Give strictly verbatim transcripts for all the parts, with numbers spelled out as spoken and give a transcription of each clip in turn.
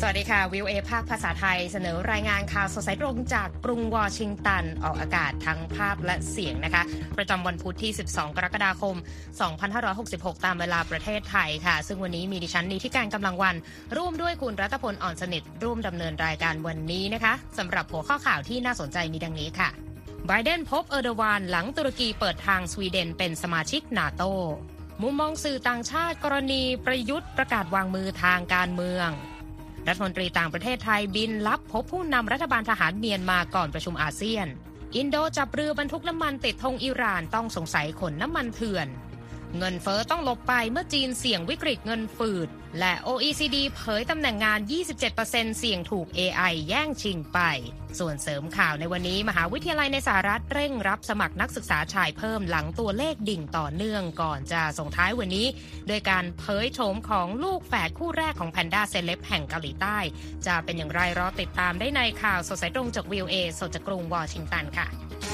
สวัสดีค่ะวิวเอภาคภาษาไทยเสนอรายงานข่าวสดสายตรงจากกรุงวอชิงตันออกอากาศทั้งภาพและเสียงนะคะประจำวันพุธที่สิบสองกรกฎาคมสองพันห้าร้อยหกสิบหกตามเวลาประเทศไทยค่ะซึ่งวันนี้มีดิฉันนิติการกำลังวันร่วมด้วยคุณรัตพลอ่อนสนิทร่วมดำเนินรายการวันนี้นะคะสำหรับหัวข้อข่าวที่น่าสนใจมีดังนี้ค่ะไบเดนพบเออร์โดวานหลังตุรกีเปิดทางสวีเดนเป็นสมาชิกนาโตมุมมองสื่อต่างชาติกรณีประยุทธ์ประกาศวางมือทางการเมืองรัฐมนตรีต่างประเทศไทยบินลับพบผู้นำรัฐบาลทหารเมียนมาก่อนประชุมอาเซียนอินโดจับเรือบรรทุกน้ำมันติดธงอิหร่านต้องสงสัยขนน้ำมันเถื่อนเงินเฟ้อต้องหลบไปเมื่อจีนเสี่ยงวิกฤตเงินฝืดและ โอ อี ซี ดี เผยตำแหน่งงาน ยี่สิบเจ็ดเปอร์เซ็นต์ เสี่ยงถูก เอ ไอ แย่งชิงไปส่วนเสริมข่าวในวันนี้มหาวิทยาลัยในสหรัฐเร่งรับสมัครนักศึกษาชายเพิ่มหลังตัวเลขดิ่งต่อเนื่องก่อนจะส่งท้ายวันนี้โดยการเผยโฉมของลูกแฝดคู่แรกของแพนด้าเซเลบแห่งเกาหลีใต้จะเป็นอย่างไรรอติดตามได้ในข่าวสดสายตรงจาก วี โอ เอ สดจากกรุงวอชิงตันค่ะ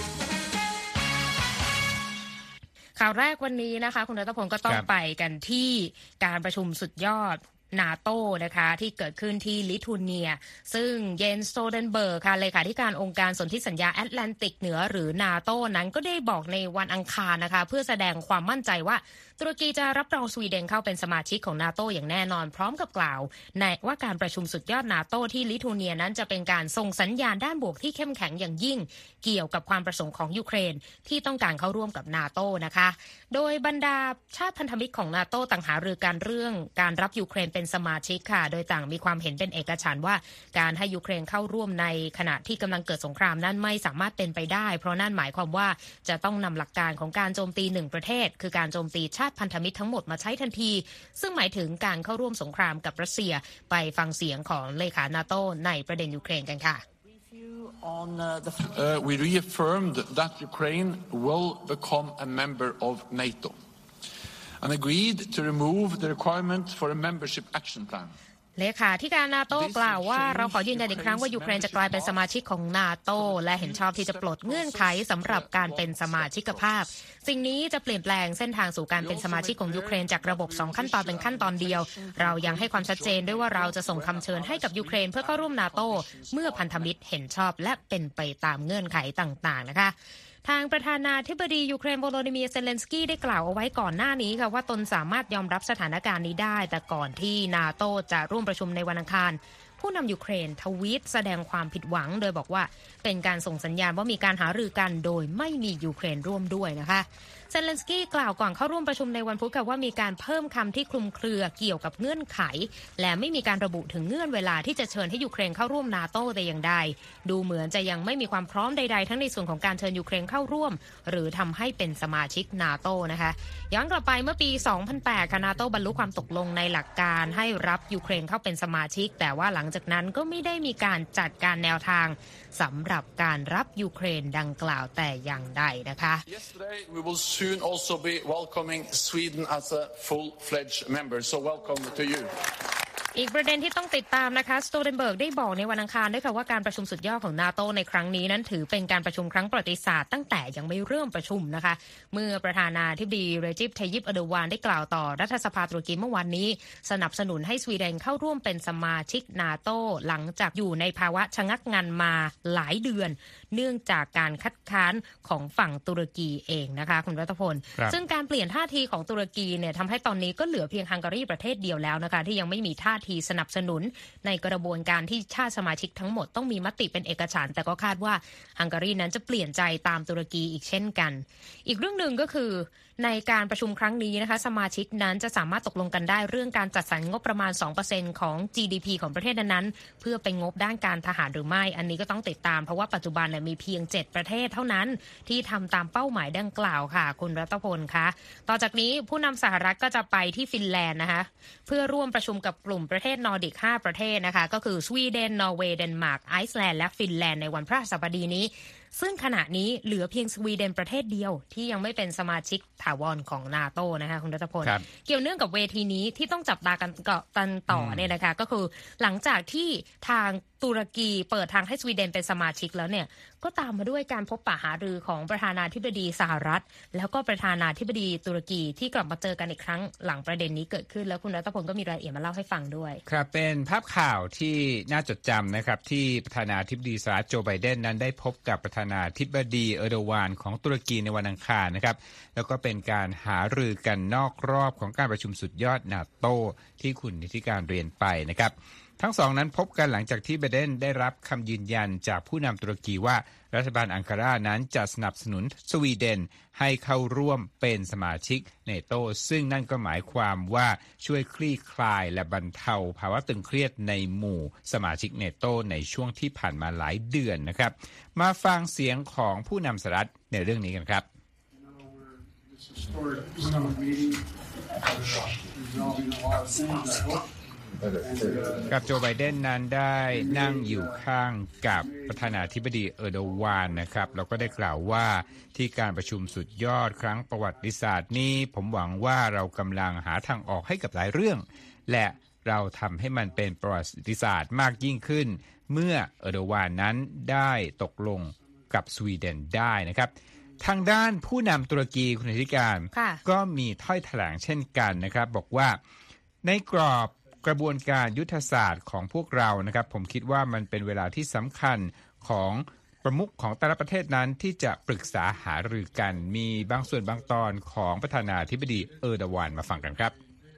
ข่าวแรกวันนี้นะคะคุณรัตพลก็ต้องไปกันที่การประชุมสุดยอดนาโต้นะคะที่เกิดขึ้นที่ลิทัวเนียซึ่งเยนสโตเดนเบิร์กค่ะเลขาธิการองค์การสนธิสัญญาแอตแลนติกเหนือหรือนาโต้นั้นก็ได้บอกในวันอังคารนะคะเพื่อแสดงความมั่นใจว่าตุรกีจะรับรองสวีเดนเข้าเป็นสมาชิกของนาโต้อย่างแน่นอนพร้อมกับกล่าวในว่าการประชุมสุดยอดนาโต้ที่ลิทัวเนียนั้นจะเป็นการส่งสัญญาณด้านบวกที่เข้มแข็งอย่างยิ่งเกี่ยวกับความประสงค์ของยูเครนที่ต้องการเข้าร่วมกับนาโต้นะคะโดยบรรดาชาติพันธมิตรของนาโต้ต่างหารือกันเรื่องการรับยูเครนเป็นสมาชิกค่ะโดยต่างมีความเห็นเป็นเอกฉันท์ว่าการให้ยูเครนเข้าร่วมในขณะที่กำลังเกิดสงครามนั้นไม่สามารถเป็นไปได้เพราะนั่นหมายความว่าจะต้องนำหลักการของการโจมตีหนึ่งประเทศคือการโจมตีชาติพันธมิตรทั้งหมดมาใช้ทันทีซึ่งหมายถึงการเข้าร่วมสงครามกับรัสเซียไปฟังเสียงของเลขานาโต้ในประเด็นยูเครนกันค่ะ Uh, we reaffirmed that Ukraine will become a member of NATO and agreed to remove the requirement for a membership action plan. เลขาธิการนาโต้กล่าวว่าเราขอยืนยันอีกครั้งว่ายูเครนจะกลายเป็นสมาชิกของนาโต้และเห็นชอบที่จะปลดเงื่อนไขสำหรับการเป็นสมาชิกภาพสิ่งนี้จะเปลี่ยนแปลงเส้นทางสู่การเป็นสมาชิกของยูเครนจากระบบสองขั้นตอนเป็นขั้นตอนเดียวเรายังให้ความชัดเจนด้วยว่าเราจะส่งคำเชิญให้กับยูเครนเพื่อเข้าร่วมนาโต้เมื่อพันธมิตรเห็นชอบและเป็นไปตามเงื่อนไขต่างๆนะคะทางประธานาธิบดียูเครนโวโลดิเมียร์เซเลนสกี้ได้กล่าวเอาไว้ก่อนหน้านี้ค่ะว่าตนสามารถยอมรับสถานการณ์นี้ได้แต่ก่อนที่นาโต้จะร่วมประชุมในวันอังคารผู้นำยูเครนทวีตแสดงความผิดหวังโดยบอกว่าเป็นการส่งสัญญาณว่ามีการหารือกันโดยไม่มียูเครนร่วมด้วยนะคะเซเลนสกี้กล่าวก่อนเข้าร่วมประชุมในวันพุธค่ะว่ามีการเพิ่มคำที่คลุมเครือเกี่ยวกับเงื่อนไขและไม่มีการระบุถึงเงื่อนเวลาที่จะเชิญให้ยูเครนเข้าร่วมนาโต้แต่อย่างใดดูเหมือนจะยังไม่มีความพร้อมใดๆทั้งในส่วนของการเชิญยูเครนเข้าร่วมหรือทำให้เป็นสมาชิกนาโต้นะคะย้อนกลับไปเมื่อปีสองพันแปดค่ะนาโต้บรรลุความตกลงในหลักการให้รับยูเครนเข้าเป็นสมาชิกแต่ว่าหลังจากนั้นก็ไม่ได้มีการจัดการแนวทางสำหรับการรับยูเครนดังกล่าวแต่อย่างใดนะคะ Yesterday we will soon also be welcoming Sweden as a full-fledged member so welcome to you อีกประเด็นที่ต้องติดตามนะคะสโตเดนเบิร์กได้บอกในวันอังคารด้วยค่ะว่าการประชุมสุดยอดของนาโต้ในครั้งนี้นั้นถือเป็นการประชุมครั้งประวัติศาสตร์ตั้งแต่ยังไม่เริ่มประชุมนะคะเมื่อประธานาธิบดีเรจิป ไทยิป เออร์โดวานได้กล่าวต่อรัฐสภาตุรกีเมื่อวานนี้สนับสนุนให้สวีเดนเข้าร่วมเป็นสมาชิกนาโต้หลังจากอยู่ในภาวะชะงักงันมาหลายเดือนเนื่องจากการคัดค้านของฝั่งตุรกีเองนะคะคุณรัตพลซึ่งการเปลี่ยนท่าทีของตุรกีเนี่ยทำให้ตอนนี้ก็เหลือเพียงฮังการีประเทศเดียวแล้วนะคะที่ยังไม่มีท่าทีสนับสนุนในกระบวนการที่ชาติสมาชิกทั้งหมดต้องมีมติเป็นเอกฉันท์แต่ก็คาดว่าฮังการีนั้นจะเปลี่ยนใจตามตุรกีอีกเช่นกันอีกเรื่องหนึ่งก็คือในการประชุมครั้งนี้นะคะสมาชิกนั้นจะสามารถตกลงกันได้เรื่องการจัดสรรงบประมาณ สองเปอร์เซ็นต์ ของ จี ดี พี ของประเทศนั้นๆเพื่อเป็นงบด้านการทหารหรือไม่อันนี้ก็ต้องติดตามเพราะว่าปัจจุบันเนี่ยมีเพียงเจ็ดประเทศเท่านั้นที่ทำตามเป้าหมายดังกล่าวค่ะคุณรัตพลคะต่อจากนี้ผู้นำสหรัฐก็จะไปที่ฟินแลนด์นะคะเพื่อร่วมประชุมกับกลุ่มประเทศนอร์ดิกห้าประเทศนะคะก็คือสวีเดนนอร์เวย์เดนมาร์กไอซ์แลนด์และฟินแลนด์ในวันพฤหัสบดีนี้ซึ่งขณะนี้เหลือเพียงสวีเดนประเทศเดียวที่ยังไม่เป็นสมาชิกถาวรของนาโต้นะคะคุณรัตพลเกี่ยวเนื่องกับเวทีนี้ที่ต้องจับตากันกันต่อเนี่ยนะคะก็คือหลังจากที่ทางตุรกีเปิดทางให้สวีเดนเป็นสมาชิกแล้วเนี่ยก็ตามมาด้วยการพบปะหารือของประธานาธิบดีสหรัฐแล้วก็ประธานาธิบดีตุรกีที่กลับมาเจอกันอีกครั้งหลังประเด็นนี้เกิดขึ้นแล้วคุณรัตพลก็มีรายละเอียดมาเล่าให้ฟังด้วยครับเป็นภาพข่าวที่น่าจดจำนะครับที่ประธานาธิบดีสหรัฐโจไบเดนนั้นได้พบกับประธานาธิบดีเออร์โดวานของตุรกีในวันอังคารนะครับแล้วก็เป็นการหารือกันนอกรอบของการประชุมสุดยอดนาโตที่คุณนิติการเรียนไปนะครับทั้งสองนั้นพบกันหลังจากที่ไบเดนได้รับคำยืนยันจากผู้นำตุรกีว่ารัฐบาลอังการานั้นจะสนับสนุนสวีเดนให้เข้าร่วมเป็นสมาชิกเนโตซึ่งนั่นก็หมายความว่าช่วยคลี่คลายและบรรเทาภาวะตึงเครียดในหมู่สมาชิกเนโตในช่วงที่ผ่านมาหลายเดือนนะครับมาฟังเสียงของผู้นำสหรัฐในเรื่องนี้กันครับกับโจไบเดนนั้นได้นั่งอยู่ข้างกับประธานาธิบดีเออร์โดวานนะครับแล้วก็ได้กล่าวว่าที่การประชุมสุดยอดครั้งประวัติศาสตร์นี้ผมหวังว่าเรากำลังหาทางออกให้กับหลายเรื่องและเราทำให้มันเป็นประวัติศาสตร์มากยิ่งขึ้นเมื่อเออร์โดวานนั้นได้ตกลงกับสวีเดนได้นะครับทางด้านผู้นำตุรกีคุณอธิการก็มีถ้อยแถลงเช่นกันนะครับบอกว่าในกรอบกระบวนการยุทธศาสตร์ของพวกเรานะครับผมคิดว่ามันเป็นเวลาที่สำคัญของประมุขของแต่ละประเทศนั้นที่จะปรึกษาหารือกันมีบางส่วนบางตอนของประธานาธิบดีเออร์โดวานมาฟังกันครับ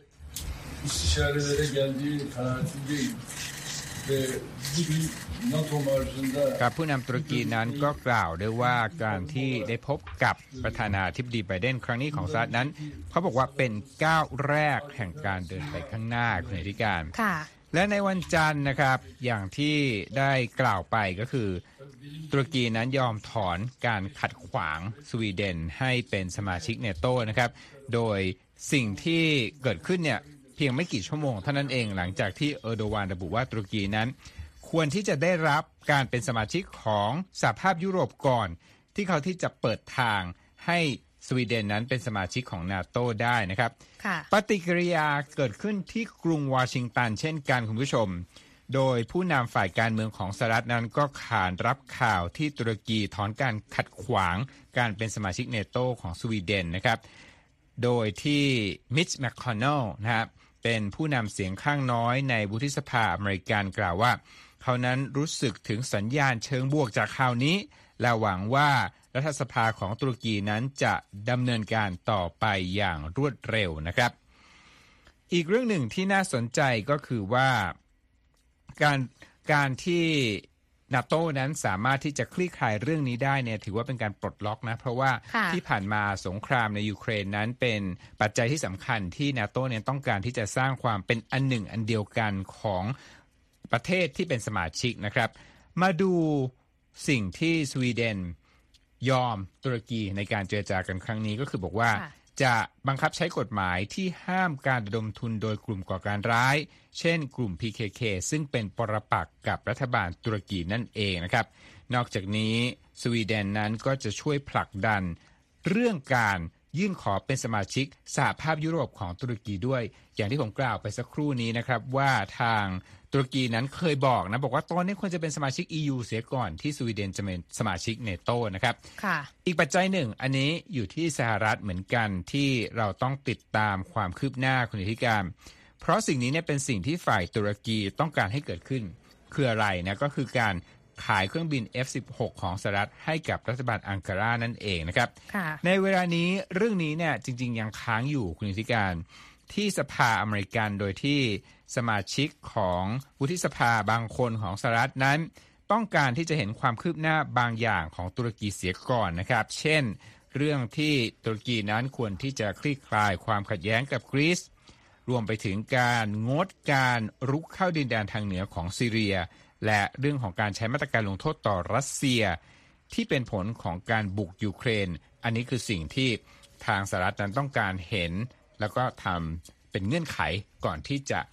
กับผู้นำตุรกีนั้นก็กล่าวด้วยว่าการที่ได้พบกับประธานาธิบดีไบเดนครั้งนี้ของสหรัฐนั้นเขาบอกว่าเป็นก้าวแรกแห่งการเดินไปข้างหน้าคุณอธิการและในวันจันทร์นะครับอย่างที่ได้กล่าวไปก็คือตุรกีนั้นยอมถอนการขัดขวางสวีเดนให้เป็นสมาชิกเนโตนะครับโดยสิ่งที่เกิดขึ้นเนี่ยเพียงไม่กี่ชั่วโมงเท่านั้นเองหลังจากที่เออร์โดวานระบุว่าตุรกีนั้นควรที่จะได้รับการเป็นสมาชิกของสหภาพยุโรปก่อนที่เขาที่จะเปิดทางให้สวีเดนนั้นเป็นสมาชิกของนาโต้ได้นะครับปฏิกิริยาเกิดขึ้นที่กรุงวอชิงตันเช่นกันคุณผู้ชมโดยผู้นำฝ่ายการเมืองของสหรัฐนั้นก็ขานรับข่าวที่ตุรกีถอนการขัดขวางการเป็นสมาชิกเนโตของสวีเดนนะครับโดยที่มิชแมคคอนเนลนะครับเป็นผู้นำเสียงข้างน้อยในวุฒิสภาอเมริกันกล่าวว่าเขานั้นรู้สึกถึงสัญญาณเชิงบวกจากข่าวนี้และหวังว่ารัฐสภาของตุรกีนั้นจะดำเนินการต่อไปอย่างรวดเร็วนะครับอีกเรื่องหนึ่งที่น่าสนใจก็คือว่าการการที่นาโต้นั้นสามารถที่จะคลี่คลายเรื่องนี้ได้เนี่ยถือว่าเป็นการปลดล็อกนะเพราะว่าที่ผ่านมาสงครามในยูเครนนั้นเป็นปัจจัยที่สำคัญที่นาโต้เนี่ยต้องการที่จะสร้างความเป็นอันหนึ่งอันเดียวกันของประเทศที่เป็นสมาชิกนะครับมาดูสิ่งที่สวีเดนยอมตุรกีในการเจรจากันครั้งนี้ก็คือบอกว่าจะบังคับใช้กฎหมายที่ห้ามการระดมทุนโดยกลุ่มก่อการร้ายเช่นกลุ่ม พี เค เค ซึ่งเป็นปรปักษ์กับรัฐบาลตุรกีนั่นเองนะครับนอกจากนี้สวีเดนนั้นก็จะช่วยผลักดันเรื่องการยื่นขอเป็นสมาชิกสหภาพยุโรปของตุรกีด้วยอย่างที่ผมกล่าวไปสักครู่นี้นะครับว่าทางตุรกีนั้นเคยบอกนะบอกว่าตอนนี้ควรจะเป็นสมาชิก อี ยู เสียก่อนที่สวีเดนจะเป็นสมาชิกเนโตนะครับอีกปัจจัยหนึ่งอันนี้อยู่ที่สหรัฐเหมือนกันที่เราต้องติดตามความคืบหน้าคุณธิการเพราะสิ่งนี้เนี่ยเป็นสิ่งที่ฝ่ายตุรกีต้องการให้เกิดขึ้นคืออะไรนะก็คือการขายเครื่องบิน เอฟ สิบหก ของสหรัฐให้กับรัฐบาลอังการานั่นเองนะครับในเวลานี้เรื่องนี้เนี่ยจริงๆยังค้างอยู่คุณธิการที่สภาอเมริกันโดยที่สมาชิกของวุฒิสภาบางคนของสหรัฐนั้นต้องการที่จะเห็นความคืบหน้าบางอย่างของตุรกีเสียก่อนนะครับเช่นเรื่องที่ตุรกีนั้นควรที่จะคลี่คลายความขัดแย้งกับกรีซรวมไปถึงการงดการรุกเข้าดินแดนทางเหนือของซีเรียและเรื่องของการใช้มาตรการลงโทษต่อรัสเซียที่เป็นผลของการบุกยูเครนอันนี้คือสิ่งที่ทางสหรัฐนั้นต้องการเห็นแล้วก็ทำเป็นเงื่อนไขก่อนที่จะ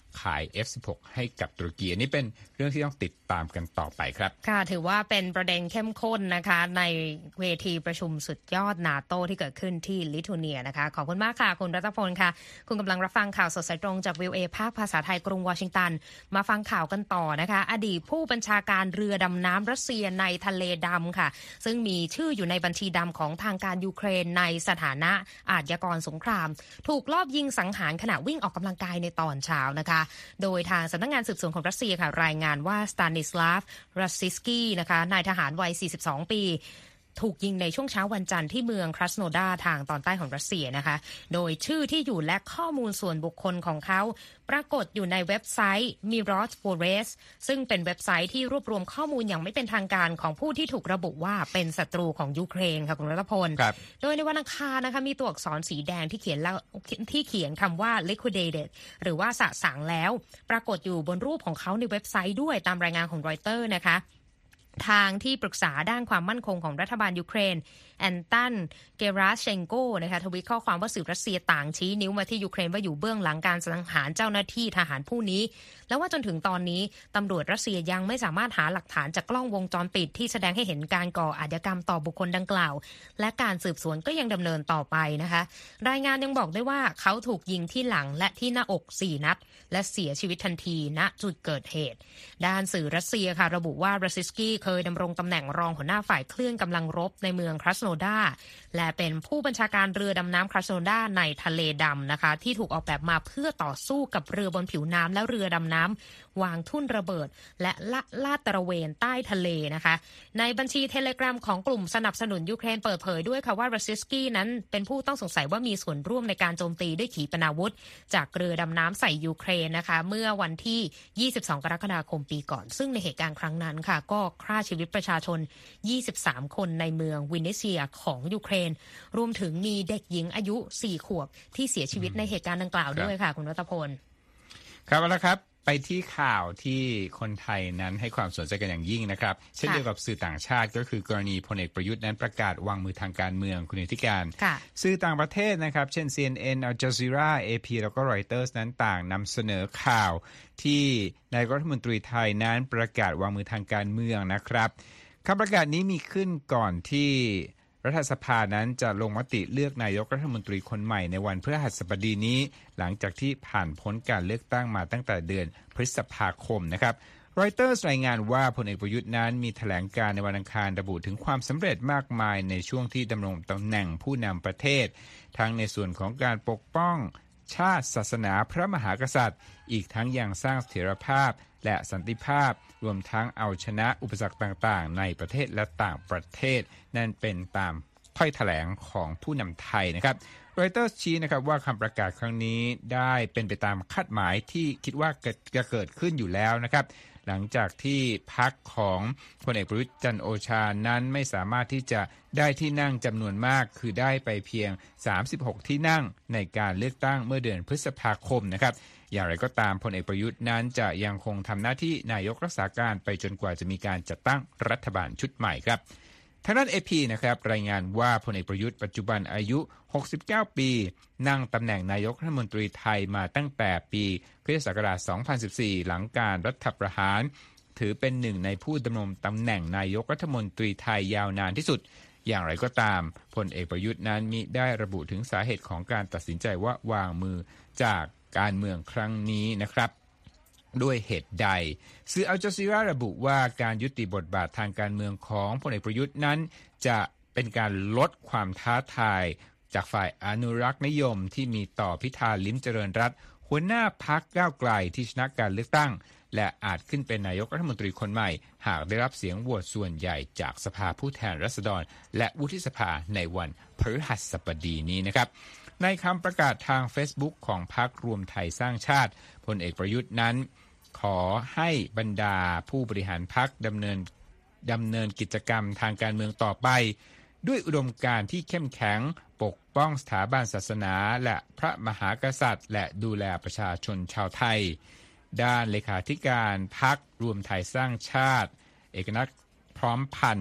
ขาย เอฟ สิบหก ให้กับตุรกีอันนี้เป็นเรื่องที่ต้องติดตามกันต่อไปครับค่ะถือว่าเป็นประเด็นเข้มข้นนะคะในเวทีประชุมสุดยอดนาโตที่เกิดขึ้นที่ลิทัวเนียนะคะขอบคุณมากค่ะคุณรัตพลค่ะคุณกำลังรับฟังข่าวสดสายตรงจาก วี โอ เอ ภาคภาษาไทยกรุงวอชิงตันมาฟังข่าวกันต่อนะคะอดีตผู้บัญชาการเรือดำน้ำรัสเซียในทะเลดำค่ะซึ่งมีชื่ออยู่ในบัญชีดำของทางการยูเครนในสถานะอาชญากรสงครามถูกลอบยิงสังหารขณะวิ่งออกกำลังกายในตอนเช้านะคะโดยทางสำนักงานสืบสวนของรัสเซียค่ะรายงานว่าสตานิสลาฟรัสซิสกี้นะคะนายทหารวัยสี่สิบสองปีถูกยิงในช่วงเช้าวันจันทร์ที่เมืองครัสโนดาทางตอนใต้ของรัสเซียนะคะโดยชื่อที่อยู่และข้อมูลส่วนบุคคลของเขาปรากฏอยู่ในเว็บไซต์ Mirot Forest ซึ่งเป็นเว็บไซต์ที่รวบรวมข้อมูลอย่างไม่เป็นทางการของผู้ที่ถูกระบุว่าเป็นศัตรูของยูเครนค่ะคุณรัตพลโดยในวันอังคารนะคะมีตัวอักษรสีแดงที่เขียนแล้วที่เขียนคำว่า liquidated หรือว่าสะสางแล้วปรากฏอยู่บนรูปของเขาในเว็บไซต์ด้วยตามรายงานของรอยเตอร์นะคะทางที่ปรึกษาด้านความมั่นคงของรัฐบาลยูเครนแอนตันเกราเชนโกนะคะทวีตข้อความว่าสื่อรัสเซียต่างชี้นิ้วมาที่ยูเครนว่าอยู่เบื้องหลังการสังหารเจ้าหน้าที่ทหารผู้นี้แล้วว่าจนถึงตอนนี้ตำรวจรัสเซียยังไม่สามารถหาหลักฐานจากกล้องวงจรปิดที่แสดงให้เห็นการก่ออาชญากรรมต่อบุคคลดังกล่าวและการสืบสวนก็ยังดำเนินต่อไปนะคะรายงานยังบอกได้ว่าเขาถูกยิงที่หลังและที่หน้าอกสี่นัดและเสียชีวิตทันทีณจุดเกิดเหตุด้านสื่อรัสเซียค่ะระบุว่ารัสซิสกี้เคยดำรงตำแหน่งรองหัวหน้าฝ่ายเคลื่อนกำลังรบในเมืองครัสโนดาและเป็นผู้บัญชาการเรือดำน้ำครัสโนดาในทะเลดำนะคะที่ถูกออกแบบมาเพื่อต่อสู้กับเรือบนผิวน้ำและเรือดำน้ำวางทุ่นระเบิดและละลาดตระเวนใต้ทะเลนะคะในบัญชีเทเลกราฟของกลุ่มสนับสนุนยูเครนเปิดเผยด้วยค่ะว่ารัสซิสกี้นั้นเป็นผู้ต้องสงสัยว่ามีส่วนร่วมในการโจมตีด้วยขีปนาวุธจากเรือดำน้ำใส่ยูเครนนะคะเมื่อวันที่ยี่สิบสองกรกฎาคมปีก่อนซึ่งในเหตุการณ์ครั้งนั้นค่ะก็ฆ่าชีวิตประชาชนยี่สิบสามคนในเมืองวินิเซียของยูเครนรวมถึงมีเด็กหญิงอายุสี่ขวบที่เสียชีวิตในเหตุการณ์ดังกล่าวด้วยค่ะคุณรัตพลครับแล้วครับไปที่ข่าวที่คนไทยนั้นให้ความสนใจกันอย่างยิ่งนะครับเช่นเดียวกับสื่อต่างชาติก็คือกรณีพลเอกประยุทธ์นั้นประกาศวางมือทางการเมืองคุณธิการสื่อต่างประเทศนะครับเช่น ซี เอ็น เอ็น Al Jazeera เอ พี แล้วก็ Reuters นั้นต่างนำเสนอข่าวที่นายกรัฐมนตรีไทยนั้นประกาศวางมือทางการเมืองนะครับคำประกาศนี้มีขึ้นก่อนที่รัฐสภานั้นจะลงมติเลือกนายกรัฐมนตรีคนใหม่ในวันพฤหัสบดีนี้หลังจากที่ผ่านพ้นการเลือกตั้งมาตั้งแต่เดือนพฤษภาคมนะครับรอยเตอร์รายงานว่าพลเอกประยุทธ์นั้นมีแถลงการในวันอังคารระบุถึงความสำเร็จมากมายในช่วงที่ดำรงตำแหน่งผู้นำประเทศทั้งในส่วนของการปกป้องชาติศาสนาพระมหากษัตริย์อีกทั้งยังสร้างเสถียรภาพและสันติภาพรวมทั้งเอาชนะอุปสรรคต่างๆในประเทศและต่างประเทศนั่นเป็นตามถ้อยแถลงของผู้นำไทยนะครับรอยเตอร์ชี้นะครับว่าคำประกาศครั้งนี้ได้เป็นไปตามคาดหมายที่คิดว่าจะเกิดขึ้นอยู่แล้วนะครับหลังจากที่พรรคของพลเอกประยุทธ์จันทร์โอชานั้นไม่สามารถที่จะได้ที่นั่งจำนวนมากคือได้ไปเพียงสามสิบหกที่นั่งในการเลือกตั้งเมื่อเดือนพฤษภาคมนะครับอย่างไรก็ตามพลเอกประยุทธ์นั้นจะยังคงทำหน้าที่นายกรักษาการไปจนกว่าจะมีการจัดตั้งรัฐบาลชุดใหม่ครับทางด้าน เอ พี นะครับรายงานว่าพลเอกประยุทธ์ปัจจุบันอายุหกสิบเก้าปีนั่งตำแหน่งนายกรัฐมนตรีไทยมาตั้งแต่ปีคริสตศักราชสองพันสิบสี่หลังการรัฐประหารถือเป็นหนึ่งในผู้ดำรงตำแหน่งนายกรัฐมนตรีไทยยาวนานที่สุดอย่างไรก็ตามพลเอกประยุทธ์นั้นมิได้ระบุถึงสาเหตุของการตัดสินใจว่าวางมือจากการเมืองครั้งนี้นะครับด้วยเหตุใดสื่ออัลจาซีราระบุว่าการยุติบทบาททางการเมืองของพลเอกประยุทธ์นั้นจะเป็นการลดความท้าทายจากฝ่ายอนุรักษ์นิยมที่มีต่อพิธาลิ้มเจริญรัตน์หัวหน้าพรรคก้าวไกลที่ชนะการเลือกตั้งและอาจขึ้นเป็นนายกรัฐมนตรีคนใหม่หากได้รับเสียงโหวตส่วนใหญ่จากสภาผู้แทนราษฎรและวุฒิสภาในวันพฤหัสบดีนี้นะครับในคำประกาศทาง Facebook ของพรรครวมไทยสร้างชาติพลเอกประยุทธ์นั้นขอให้บรรดาผู้บริหารพรรคดำเนินดำเนินกิจกรรมทางการเมืองต่อไปด้วยอุดมการณ์ที่เข้มแข็งปกป้องสถาบันศาสนาและพระมหากษัตริย์และดูแลประชาชนชาวไทยด้านเลขาธิการพรรครวมไทยสร้างชาติเอกนัทพร้อมพันธ์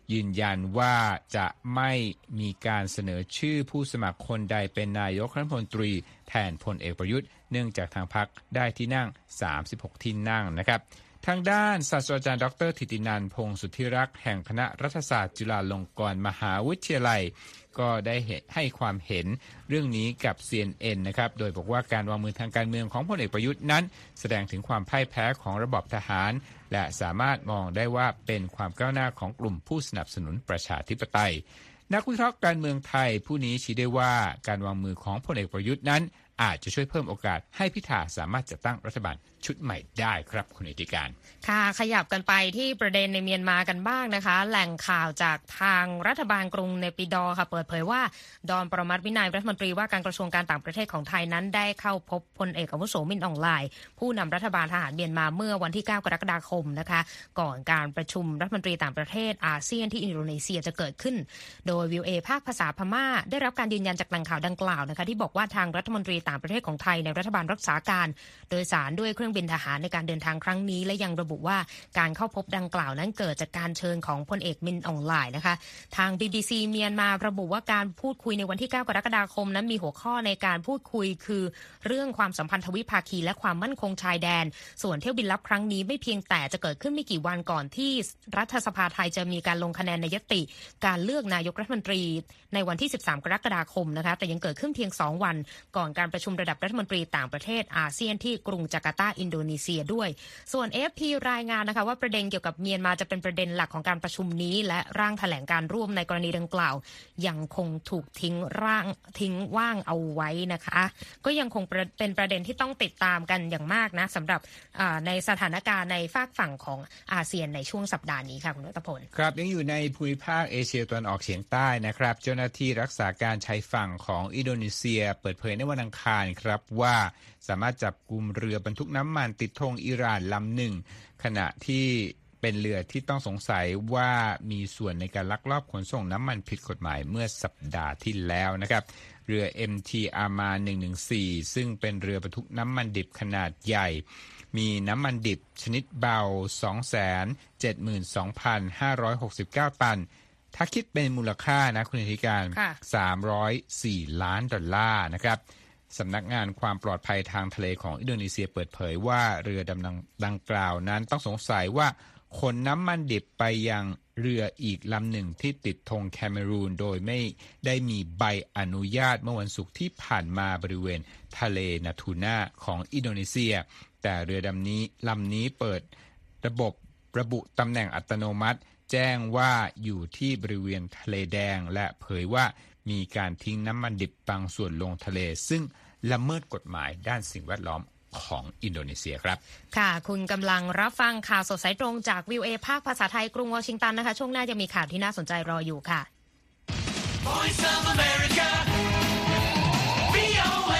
ยืนยันว่าจะไม่มีการเสนอชื่อผู้สมัครคนใดเป็นนายกรัฐมนตรีแทนพลเอกประยุทธ์เนื่องจากทางพรรคได้ที่นั่งสามสิบหกที่นั่งนะครับทางด้านศาสตราจารย์ดรธิตินันท์พงษ์สุทธิรักษ์แห่งคณะรัฐศาสตร์จุฬาลงกรณ์มหาวิทยาลัยก็ได้ให้ความเห็นเรื่องนี้กับ ซี เอ็น เอ็น นะครับโดยบอกว่าการวางมือทางการเมืองของพลเอกประยุทธ์นั้นแสดงถึงความพ่ายแพ้ของระบอบทหารและสามารถมองได้ว่าเป็นความก้าวหน้าของกลุ่มผู้สนับสนุนประชาธิปไตยนักวิเคราะห์การเมืองไทยผู้นี้ชี้ได้ว่าการวางมือของพลเอกประยุทธ์นั้นอาจจะช่วยเพิ่มโอกาสให้พิธาสามารถจัดตั้งรัฐบาลชุดใหม่ได้ครับคุณอธิการค่ะขยับกันไปที่ประเด็นในเมียนมากันบ้างนะคะแหล่งข่าวจากทางรัฐบาลกรุงเนปิดอร์ค่ะเปิดเผยว่าดอนปรมัตถ์วินัยรัฐมนตรีว่าการกระทรวงการต่างประเทศของไทยนั้นได้เข้าพบพลเอกอาวุโสมินอองไลน์ผู้นำรัฐบาลทหารเมียนมาเมื่อวันที่เก้ากรกฎาคมนะคะก่อนการประชุมรัฐมนตรีต่างประเทศอาเซียนที่อินโดนีเซียจะเกิดขึ้นโดย วี โอ เอ ภาคภาษาพม่าได้รับการยืนยันจากแหล่งข่าวดังกล่าวนะคะที่บอกว่าทางรัฐมนตรีต่างประเทศของไทยในรัฐบาลรักษาการโดยสารด้วยเครื่องบินทหารในการเดินทางครั้งนี้และยังระบุว่าการเข้าพบดังกล่าวนั้นเกิดจากการเชิญของพลเอกมินอองไลน์นะคะทาง บี บี ซี เมียนมาระบุว่าการพูดคุยในวันที่เก้ากรกฎาคมนั้นมีหัวข้อในการพูดคุยคือเรื่องความสัมพันธ์ทวิภาคีและความมั่นคงชายแดนส่วนเที่ยวบินลับครั้งนี้ไม่เพียงแต่จะเกิดขึ้นไม่กี่วันก่อนที่รัฐสภาไทยจะมีการลงคะแนนในญัตติการเลือกนายกรัฐมนตรีในวันที่สิบสามกรกฎาคมนะคะแต่ยังเกิดขึ้นเพียงสองวันก่อนการประชุมระดับรัฐมนตรีต่างประเทศอาเซียนที่กรุงจาการ์ตาอินโดนีเซียด้วยส่วน เอ เอฟ พี รายงานนะคะว่าประเด็นเกี่ยวกับเมียนมาจะเป็นประเด็นหลักของการประชุมนี้และร่างแถลงการร่วมในกรณีดังกล่าวยังคงถูกทิ้งร่างทิ้งว่างเอาไว้นะคะก็ยังคงเป็นประเด็นที่ต้องติดตามกันอย่างมากนะสำหรับในสถานการณ์ในฝากฝั่งของอาเซียนในช่วงสัปดาห์นี้ค่ะคุณรัตพลครับยังอยู่ในภูมิภาคเอเชียตะวันออกเฉียงใต้นะครับเจ้าหน้าที่รักษาการชายฝั่งของอินโดนีเซียเปิดเผยในวันอังคารครับว่าสามารถจับกุมเรือบรรทุกน้ำมันติดธงอิหร่านลำหนึ่งขณะที่เป็นเรือที่ต้องสงสัยว่ามีส่วนในการลักลอบขนส่งน้ำมันผิดกฎหมายเมื่อสัปดาห์ที่แล้วนะครับเรือ เอ็ม ที Arman หนึ่งหนึ่งสี่ซึ่งเป็นเรือบรรทุกน้ำมันดิบขนาดใหญ่มีน้ำมันดิบชนิดเบา สองแสนเจ็ดหมื่นสองพันห้าร้อยหกสิบเก้า ตันถ้าคิดเป็นมูลค่านะคุณธิการสามร้อยสี่ล้านดอลลาร์นะครับสำนักงานความปลอดภัยทางทะเลของอินโดนีเซียเปิดเผยว่าเรือดำน้ำดังกล่าวนั้นต้องสงสัยว่าขนน้ำมันดิบไปยังเรืออีกลำหนึ่งที่ติดธงแคเมรูนโดยไม่ได้มีใบอนุญาตเมื่อวันศุกร์ที่ผ่านมาบริเวณทะเลนาทูน่าของอินโดนีเซียแต่เรือดำนี้ลำนี้เปิดระบบระบุตำแหน่งอัตโนมัติแจ้งว่าอยู่ที่บริเวณทะเลแดงและเผยว่ามีการทิ้งน้ำมันดิบบางส่วนลงทะเลซึ่งละเมิดกฎหมายด้านสิ่งแวดล้อมของอินโดนีเซียครับค่ะคุณกำลังรับฟังข่าวสดสายตรงจาก วี โอ เอ ภาคภาษาไทยกรุงวอชิงตันนะคะช่วงหน้าจะมีข่าวที่น่าสนใจรออยู่ค่ะ Voice of America วี โอ เอ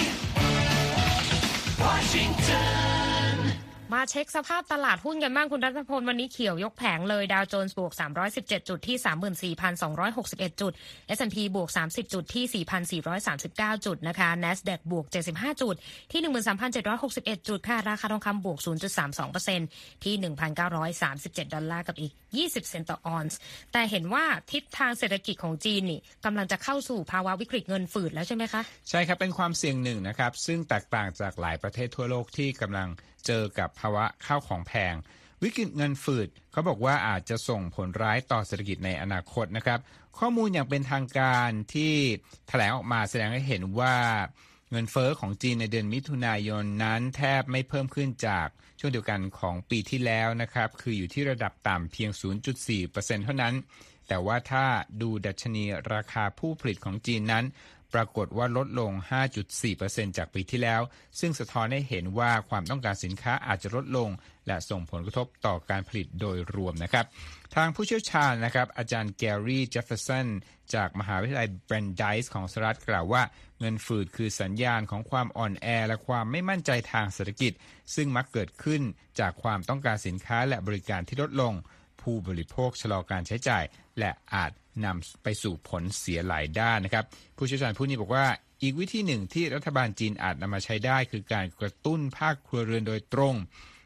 Washingtonมาเช็คสภาพตลาดหุ้นกันบ้างคุณรัตพลวันนี้เขียวยกแผงเลยดาวโจนส์บวกสามร้อยสิบเจ็ดจุดที่ สามหมื่นสี่พันสองร้อยหกสิบเอ็ด จุด เอส แอนด์ พี บวกสามสิบจุดที่ สี่พันสี่ร้อยสามสิบเก้า จุดนะคะ NASDAQ บวกเจ็ดสิบห้าจุดที่ หนึ่งหมื่นสามพันเจ็ดร้อยหกสิบเอ็ด จุดค่ะราคาทองคำบวก ศูนย์จุดสามสองเปอร์เซ็นต์ ที่ หนึ่งพันเก้าร้อยสามสิบเจ็ด ดอลลาร์กับอีกยี่สิบเซนต์ต่อออนซ์แต่เห็นว่าทิศทางเศรษฐกิจของจีนนี่กำลังจะเข้าสู่ภาวะวิกฤตเงินฝืดแล้วใช่ไหมคะใช่ครับเป็นความเสี่ยงหนึ่งนะครับซึ่งแตกต่างจากหลายประเทศทั่วโลกที่กำลังเจอกับภาวะข้าวของแพงวิกฤตเงินฝืดเขาบอกว่าอาจจะส่งผลร้ายต่อเศรษฐกิจในอนาคตนะครับข้อมูลอย่างเป็นทางการที่แถลงออกมาแสดงให้เห็นว่าเงินเฟ้อของจีนในเดือนมิถุนายนนั้นแทบไม่เพิ่มขึ้นจากช่วงเดียวกันของปีที่แล้วนะครับคืออยู่ที่ระดับต่ำเพียง ศูนย์จุดสี่เปอร์เซ็นต์ เท่านั้นแต่ว่าถ้าดูดัชนีราคาผู้ผลิตของจีนนั้นปรากฏว่าลดลง ห้าจุดสี่เปอร์เซ็นต์ จากปีที่แล้วซึ่งสะท้อนให้เห็นว่าความต้องการสินค้าอาจจะลดลงและส่งผลกระทบต่อการผลิตโดยรวมนะครับทางผู้เชี่ยวชาญนะครับอาจารย์แกรี่เจฟเฟอร์สันจากมหาวิทยาลัยแบรนไดส์ของสหรัฐกล่าวว่าเงินฝืดคือสัญญาณของความอ่อนแอและความไม่มั่นใจทางเศรษฐกิจซึ่งมักเกิดขึ้นจากความต้องการสินค้าและบริการที่ลดลงผู้บริโภคชะลอการใช้จ่ายและอาจนำไปสู่ผลเสียหลายด้านนะครับผู้เชี่ยวชาญผู้นี้บอกว่าอีกวิธีหนึ่งที่รัฐบาลจีนอาจนำมาใช้ได้คือการกระตุ้นภาคครัวเรือนโดยตรง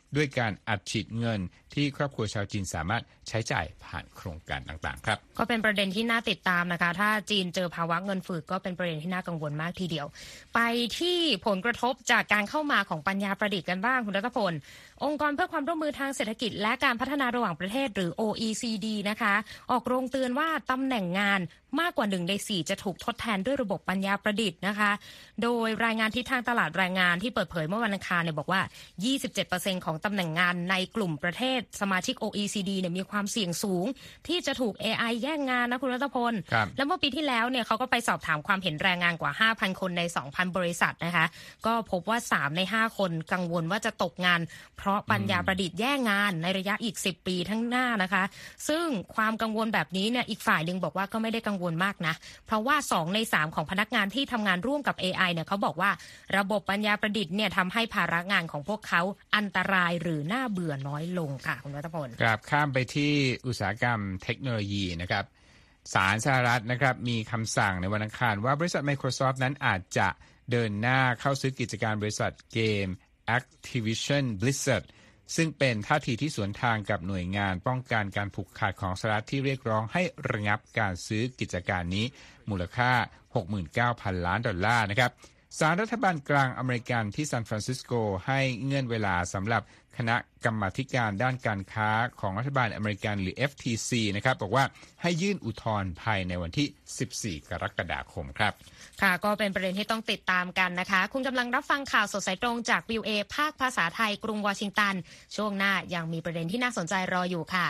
ด้วยการอัดฉีดเงินที่ครอบครัวชาวจีนสามารถใช้จ่ายผ่านโครงการต่างๆครับก็เป็นประเด็นที่น่าติดตามนะคะถ้าจีนเจอภาวะเงินฝืดก็เป็นประเด็นที่น่ากังวลมากทีเดียวไปที่ผลกระทบจากการเข้ามาของปัญญาประดิษฐ์กันบ้างคุณรัตพลองค์กรเพื่อความร่วมมือทางเศรษฐกิจและการพัฒนาระหว่างประเทศหรือ โอ อี ซี ดี นะคะออกโรงเตือนว่าตำแหน่งงานมากกว่าหนึ่งในสี่จะถูกทดแทนด้วยระบบปัญญาประดิษฐ์นะคะโดยรายงานทิศทางตลาดแรงงานที่เปิดเผยเมื่อวันอังคารเนี่ยบอกว่า ยี่สิบเจ็ดเปอร์เซ็นต์ ของตำแหน่งงานในกลุ่มประเทศสมาชิก โอ อี ซี ดี เนี่ยมีความเสี่ยงสูงที่จะถูก เอ ไอ แย่งงานนะคุณรัตพลและเมื่อปีที่แล้วเนี่ยเขาก็ไปสอบถามความเห็นแรงงานกว่า ห้าพัน คนใน สองพัน บริษัทนะคะก็พบว่าสามในห้าคนกังวลว่าจะตกงานเพราะปัญญาประดิษฐ์แย่งงานในระยะอีกสิบปีข้างหน้านะคะซึ่งความกังวลแบบนี้เนี่ยอีกฝ่ายนึงบอกว่าก็ไม่ได้กังวลมากนะเพราะว่าสองในสามของพนักงานที่ทำงานร่วมกับ เอ ไอ เนี่ยเขาบอกว่าระบบปัญญาประดิษฐ์เนี่ยทำให้ภาระงานของพวกเขาอันตรายหรือน่าเบื่อน้อยลงค่ะคุณรัตพลครับข้ามไปที่อุตสาหกรรมเทคโนโลยีนะครับศาลสหรัฐนะครับมีคำสั่งในวันอังคารว่าบริษัท Microsoft นั้นอาจจะเดินหน้าเข้าซื้อกิจการบริษัทเกม Activision Blizzard ซึ่งเป็นท่าทีที่สวนทางกับหน่วยงานป้องกันการผูกขาดของสหรัฐที่เรียกร้องให้ระงับการซื้อกิจการนี้มูลค่า หกหมื่นเก้าพัน ล้านดอลลาร์นะครับศาลรัฐบาลกลางอเมริกันที่ซานฟรานซิสโกให้เงื่อนเวลาสำหรับคณะกรรมาธิการด้านการค้าของรัฐบาลอเมริกันหรือ เอฟ ที ซี นะครับบอกว่าให้ยื่นอุทธรณ์ภายในวันที่สิบสี่กรกฎาคมครับค่ะก็เป็นประเด็นที่ต้องติดตามกันนะคะคุณกำลังรับฟังข่าวสดสายตรงจาก วี โอ เอ ภาคภาษาไทยกรุงวอชิงตันช่วงหน้ายังมีประเด็นที่น่าสนใจรออยู่ค่ะ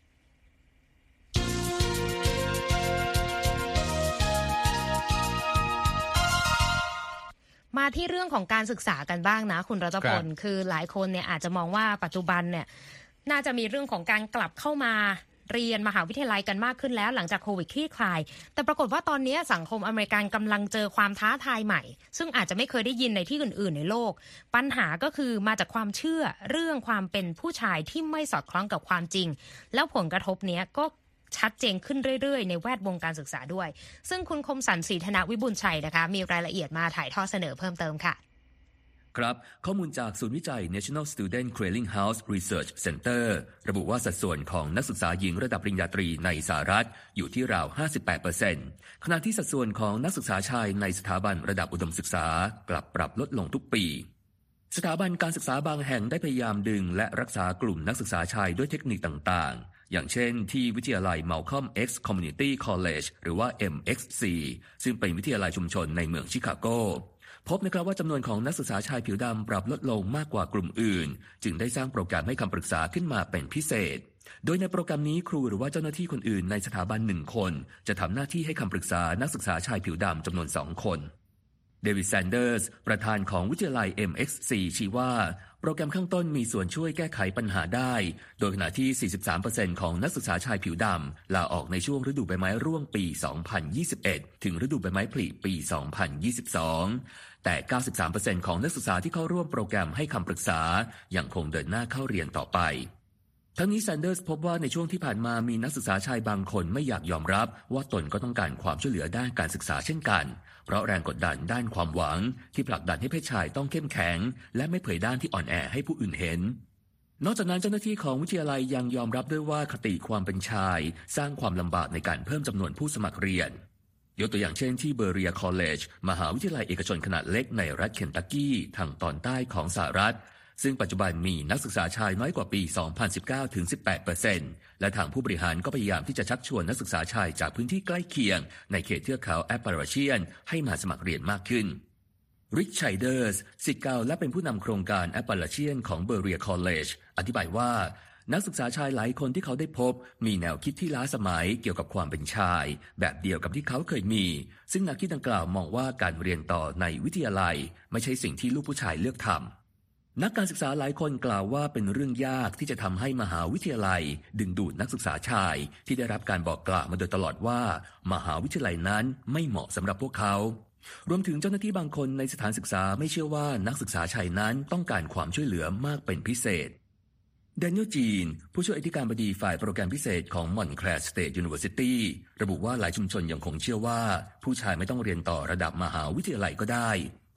มาที่เรื่องของการศึกษากันบ้างนะคุณรัตพลคือหลายคนเนี่ยอาจจะมองว่าปัจจุบันเนี่ยน่าจะมีเรื่องของการกลับเข้ามาเรียนมหาวิทยาลัยกันมากขึ้นแล้วหลังจากโควิดคลี่คลายแต่ปรากฏว่าตอนนี้สังคมอเมริกันกำลังเจอความท้าทายใหม่ซึ่งอาจจะไม่เคยได้ยินในที่อื่นๆในโลกปัญหาก็คือมาจากความเชื่อเรื่องความเป็นผู้ชายที่ไม่สอดคล้องกับความจริงแล้วผลกระทบเนี้ยก็ชัดเจนขึ้นเรื่อยๆในแวดวงการศึกษาด้วยซึ่งคุณคมสันต์ ศรีธนวิบูลย์ชัยนะคะมีรายละเอียดมาถ่ายทอดเสนอเพิ่มเติมค่ะครับข้อมูลจากศูนย์วิจัย National Student Clearinghouse Research Center ระบุว่าสัดส่วนของนักศึกษาหญิงระดับปริญญาตรีในสหรัฐอยู่ที่ราว ห้าสิบแปดเปอร์เซ็นต์ ขณะที่สัดส่วนของนักศึกษาชายในสถาบันระดับอุดมศึกษากลับปรับลดลงทุกปีสถาบันการศึกษาบางแห่งได้พยายามดึงและรักษากลุ่มนักศึกษาชายด้วยเทคนิคต่างๆอย่างเช่นที่วิทยาลัย Malcolm X Community College หรือว่า เอ็ม เอ็กซ์ ซี ซึ่งเป็นวิทยาลัยชุมชนในเมืองชิคาโกพบนะครับว่าจำนวนของนักศึกษาชายผิวดำปรับลดลงมากกว่ากลุ่มอื่นจึงได้สร้างโปรแกรมให้คำปรึกษาขึ้นมาเป็นพิเศษโดยในโปรแกรมนี้ครูหรือว่าเจ้าหน้าที่คนอื่นในสถาบันหนึ่งคนจะทำหน้าที่ให้คำปรึกษานักศึกษาชายผิวดำจำนวนสองคนเดวิดแซนเดอร์สประธานของวิทยาลัย เอ็ม เอ็กซ์ ซี ชี้ว่าโปรแกรมข้างต้นมีส่วนช่วยแก้ไขปัญหาได้โดยขณะที่ สี่สิบสามเปอร์เซ็นต์ ของนักศึกษาชายผิวดำลาออกในช่วงฤดูใบไม้ร่วงปี สองพันยี่สิบเอ็ด ถึงฤดูใบไม้ผลิปี สองพันยี่สิบสองแต่ เก้าสิบสามเปอร์เซ็นต์ ของนักศึกษาที่เข้าร่วมโปรแกรมให้คำปรึกษายังคงเดินหน้าเข้าเรียนต่อไปทั้งนี้แซนเดอร์สพบว่าในช่วงที่ผ่านมามีนักศึกษาชายบางคนไม่อยากยอมรับว่าตนก็ต้องการความช่วยเหลือด้านการศึกษาเช่นกันเพราะแรงกดดันด้านความหวังที่ผลักดันให้เพศชายต้องเข้มแข็งและไม่เผยด้านที่อ่อนแอให้ผู้อื่นเห็นนอกจากนั้นเจ้าหน้าที่ของวิทยาลัยยังยอมรับด้วยว่าคติความเป็นชายสร้างความลำบากในการเพิ่มจำนวนผู้สมัครเรียนยกตัวอย่างเช่นที่เบอร์เรียคอลเลจมหาวิทยาลัยเอกชนขนาดเล็กในรัฐเคนตักกี้ทางตอนใต้ของสหรัฐซึ่งปัจจุบันมีนักศึกษาชายน้อยกว่าปี สองพันสิบเก้า ถึง สิบแปดเปอร์เซ็นต์ และทางผู้บริหารก็พยายามที่จะชักชวนนักศึกษาชายจากพื้นที่ใกล้เคียงในเขตเทือกเขาแอปปาราเชียนให้มาสมัครเรียนมากขึ้นริชชัยเดอร์สศิษย์เก่าและเป็นผู้นำโครงการแอปปาราเชียนของเบอร์เรียคอลเลจอธิบายว่านักศึกษาชายหลายคนที่เขาได้พบมีแนวคิดที่ล้าสมัยเกี่ยวกับความเป็นชายแบบเดียวกับที่เขาเคยมีซึ่งนักคิดดังกล่าวมองว่าการเรียนต่อในวิทยาลัยไม่ใช่สิ่งที่ลูกผู้ชายเลือกทำนักการศึกษาหลายคนกล่าวว่าเป็นเรื่องยากที่จะทำให้มหาวิทยาลัยดึงดูดนักศึกษาชายที่ได้รับการบอกกล่าวมาโดยตลอดว่ามหาวิทยาลัยนั้นไม่เหมาะสำหรับพวกเขารวมถึงเจ้าหน้าที่บางคนในสถานศึกษาไม่เชื่อว่านักศึกษาชายนั้นต้องการความช่วยเหลือมากเป็นพิเศษแดเนียลจีนผู้ช่วยอธิการบดีฝ่ายโปรแกรมพิเศษของมอนแคลร์ State University ระบุว่าหลายชุมชนยังคงเชื่อว่าผู้ชายไม่ต้องเรียนต่อระดับมหาวิทยาลัยก็ได้เพ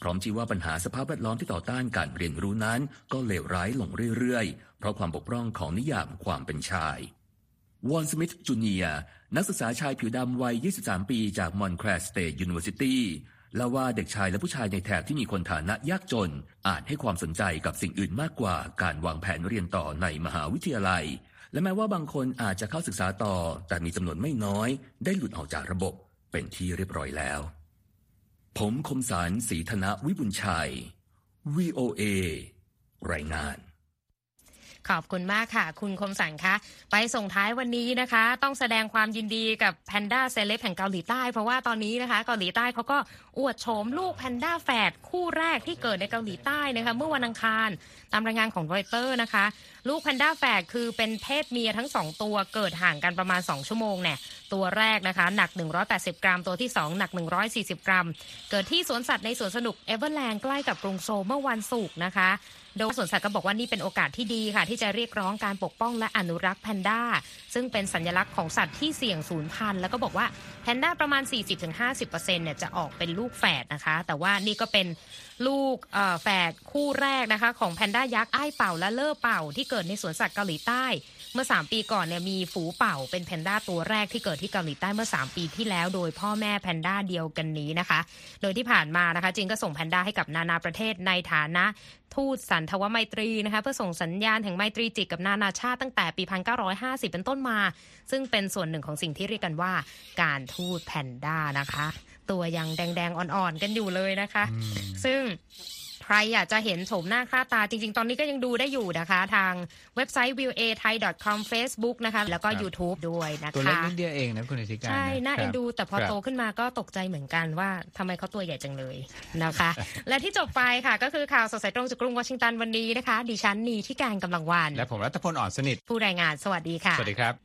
พร้อมชี้ว่าปัญหาสภาพแวดล้อมที่ต่อต้านการเรียนรู้นั้นก็เลวร้ายลงเรื่อยๆเพราะความบกพร่องของนิยามความเป็นชายวอนสมิธจูเนียร์นักศึกษาชายผิวดำวัยยี่สิบสามปีจากมอนแคลร์สเตทยูนิเวอร์ซิตี้เล่าว่าเด็กชายและผู้ชายในแถบที่มีคนฐานะยากจนอาจให้ความสนใจกับสิ่งอื่นมากกว่าการวางแผนเรียนต่อในมหาวิทยาลัยและแม้ว่าบางคนอาจจะเข้าศึกษาต่อแต่มีจำนวนไม่น้อยได้หลุดออกจากระบบเป็นที่เรียบร้อยแล้วผมคมสารศรีธนวิบุญชัย วี โอ เอ รายงานขอบคุณมากค่ะคุณคมสันคะไปส่งท้ายวันนี้นะคะต้องแสดงความยินดีกับแพนด้าเซเลบแห่งเกาหลีใต้เพราะว่าตอนนี้นะคะเกาหลีใต้เขาก็อวดโฉมลูกแพนด้าแฝดคู่แรกที่เกิดในเกาหลีใต้นะคะเมื่อวันอังคารตามรายงานของรอยเตอร์นะคะลูกแพนด้าแฝดคือเป็นเพศเมียทั้งสองตัวเกิดห่างกันประมาณสองชั่วโมงเนี่ยตัวแรกนะคะหนักหนึ่งร้อยแปดสิบกรัมตัวที่สองหนักหนึ่งร้อยสี่สิบกรัมเกิดที่สวนสัตว์ในสวนสนุกเอเวอร์แลนด์ใกล้กับกรุงโซลเมื่อวันศุกร์นะคะโดยสวนสัตว์ก็บอกว่านี่เป็นโอกาสที่ดีค่ะที่จะเรียกร้องการปกป้องและอนุรักษ์แพนด้าซึ่งเป็นสัญลักษณ์ของสัตว์ที่เสี่ยงสูญพันธุ์แล้วก็บอกว่าแพนด้าประมาณ สี่สิบถึงห้าสิบเปอร์เซ็นต์ เนี่ยจะออกเป็นลูกแฝดนะคะแต่ว่านี่ก็เป็นลูกเอ่อแฝดคู่แรกนะคะของแพนด้ายักษ์อ้ายเป่าและเล่อเป่าที่เกิดในสวนสัตว์เกาหลีใต้เมื่อสามปีก่อนเนี่ยมีฝูเป่าเป็นแพนด้าตัวแรกที่เกิดที่เกาหลีใต้เมื่อสามปีที่แล้วโดยพ่อแม่แพนด้าเดียวกันนี้นะคะโดยที่ผ่านมานะคะจีนก็ส่งแพนด้าให้กับนานาประเทศในฐานะทูตสันทวไมตรีนะคะเพื่อส่งสัญญาณแห่งไมตรีจิตกับนานาชาติตั้งแต่ปี หนึ่งพันเก้าร้อยห้าสิบ เป็นต้นมาซึ่งเป็นส่วนหนึ่งของสิ่งที่เรียกกันว่าการทูตแพนด้านะคะตัวยังแดงๆอ่อนๆกันอยู่เลยนะคะซึ่งใครอยากจะเห็นโฉมหน้าค่าตาจริงๆตอนนี้ก็ยังดูได้อยู่นะคะทางเว็บไซต์ วี โอ เอ ไทย ดอท คอม Facebook นะคะแล้วก็ YouTube ด้วยนะคะตัวเล็กนิดเดียวเองนะคุณอธิการใช่น่าเอ็นดูแต่พอโตขึ้นมาก็ตกใจเหมือนกันว่าทำไมเขาตัวใหญ่จังเลยนะคะและที่จบไปค่ะก็คือข่าวสดสายตรงจากกรุงวอชิงตันวันนี้นะคะดิฉันนีที่การกำลังวันและผมรัตพลอ่อนสนิทผู้รายงานสวัสดีค่ะสวัสดีครับ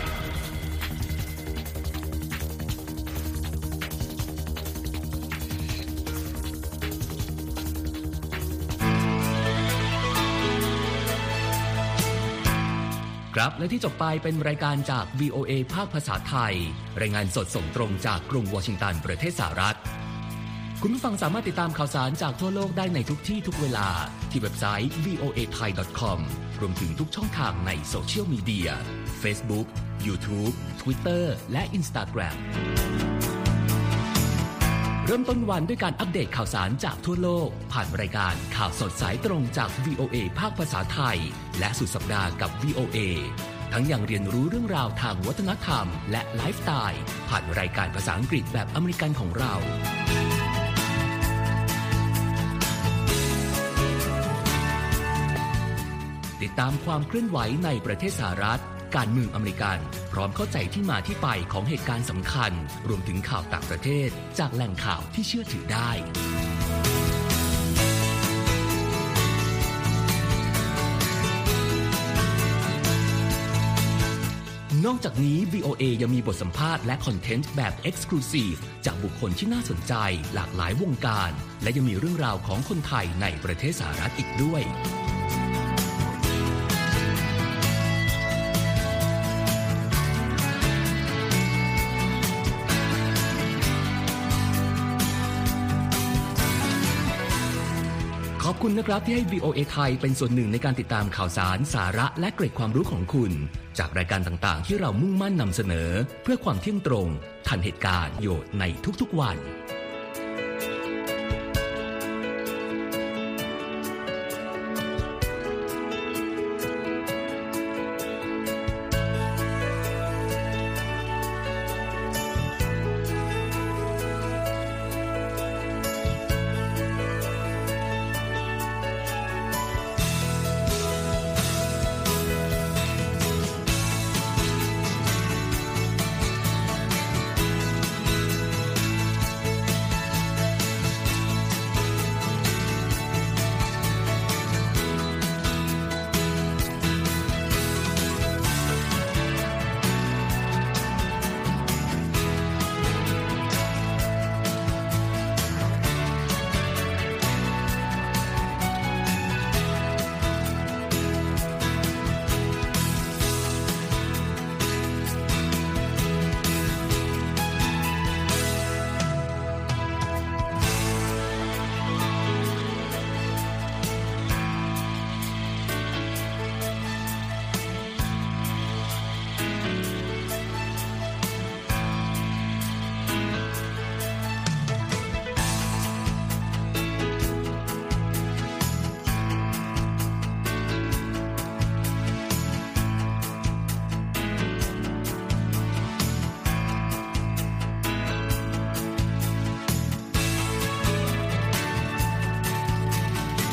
ครับและที่จบไปเป็นรายการจาก วี โอ เอ ภาคภาษาไทยรายงานสดส่งตรงจากกรุงวอชิงตันประเทศสหรัฐคุณผู้ฟังสามารถติดตามข่าวสารจากทั่วโลกได้ในทุกที่ทุกเวลาที่เว็บไซต์ วี โอ เอ ไทย ดอท คอม รวมถึงทุกช่องทางในโซเชียลมีเดีย Facebook YouTube Twitter และ Instagram เริ่มต้นวันด้วยการอัปเดตข่าวสารจากทั่วโลกผ่านรายการข่าวสดสายตรงจาก วี โอ เอ ภาคภาษาไทยและสุดสัปดาห์กับ วี โอ เอ ทั้งยังเรียนรู้เรื่องราวทางวัฒนธรรมและไลฟ์สไตล์ผ่านรายการภาษาอังกฤษแบบอเมริกันของเราติดตามความเคลื่อนไหวในประเทศสหรัฐการเมืองอเมริกันพร้อมเข้าใจที่มาที่ไปของเหตุการณ์สำคัญรวมถึงข่าวต่างประเทศจากแหล่งข่าวที่เชื่อถือได้นอกจากนี้ วี โอ เอ ยังมีบทสัมภาษณ์และคอนเทนต์แบบ Exclusive จากบุคคลที่น่าสนใจหลากหลายวงการและยังมีเรื่องราวของคนไทยในประเทศสหรัฐอีกด้วยขอบคุณนะครับที่ให้ วี โอ เอ ไทยเป็นส่วนหนึ่งในการติดตามข่าวสารสาระและเกร็ดความรู้ของคุณจากรายการต่างๆที่เรามุ่งมั่นนำเสนอเพื่อความเที่ยงตรงทันเหตุการณ์โยชน์ในทุกๆวัน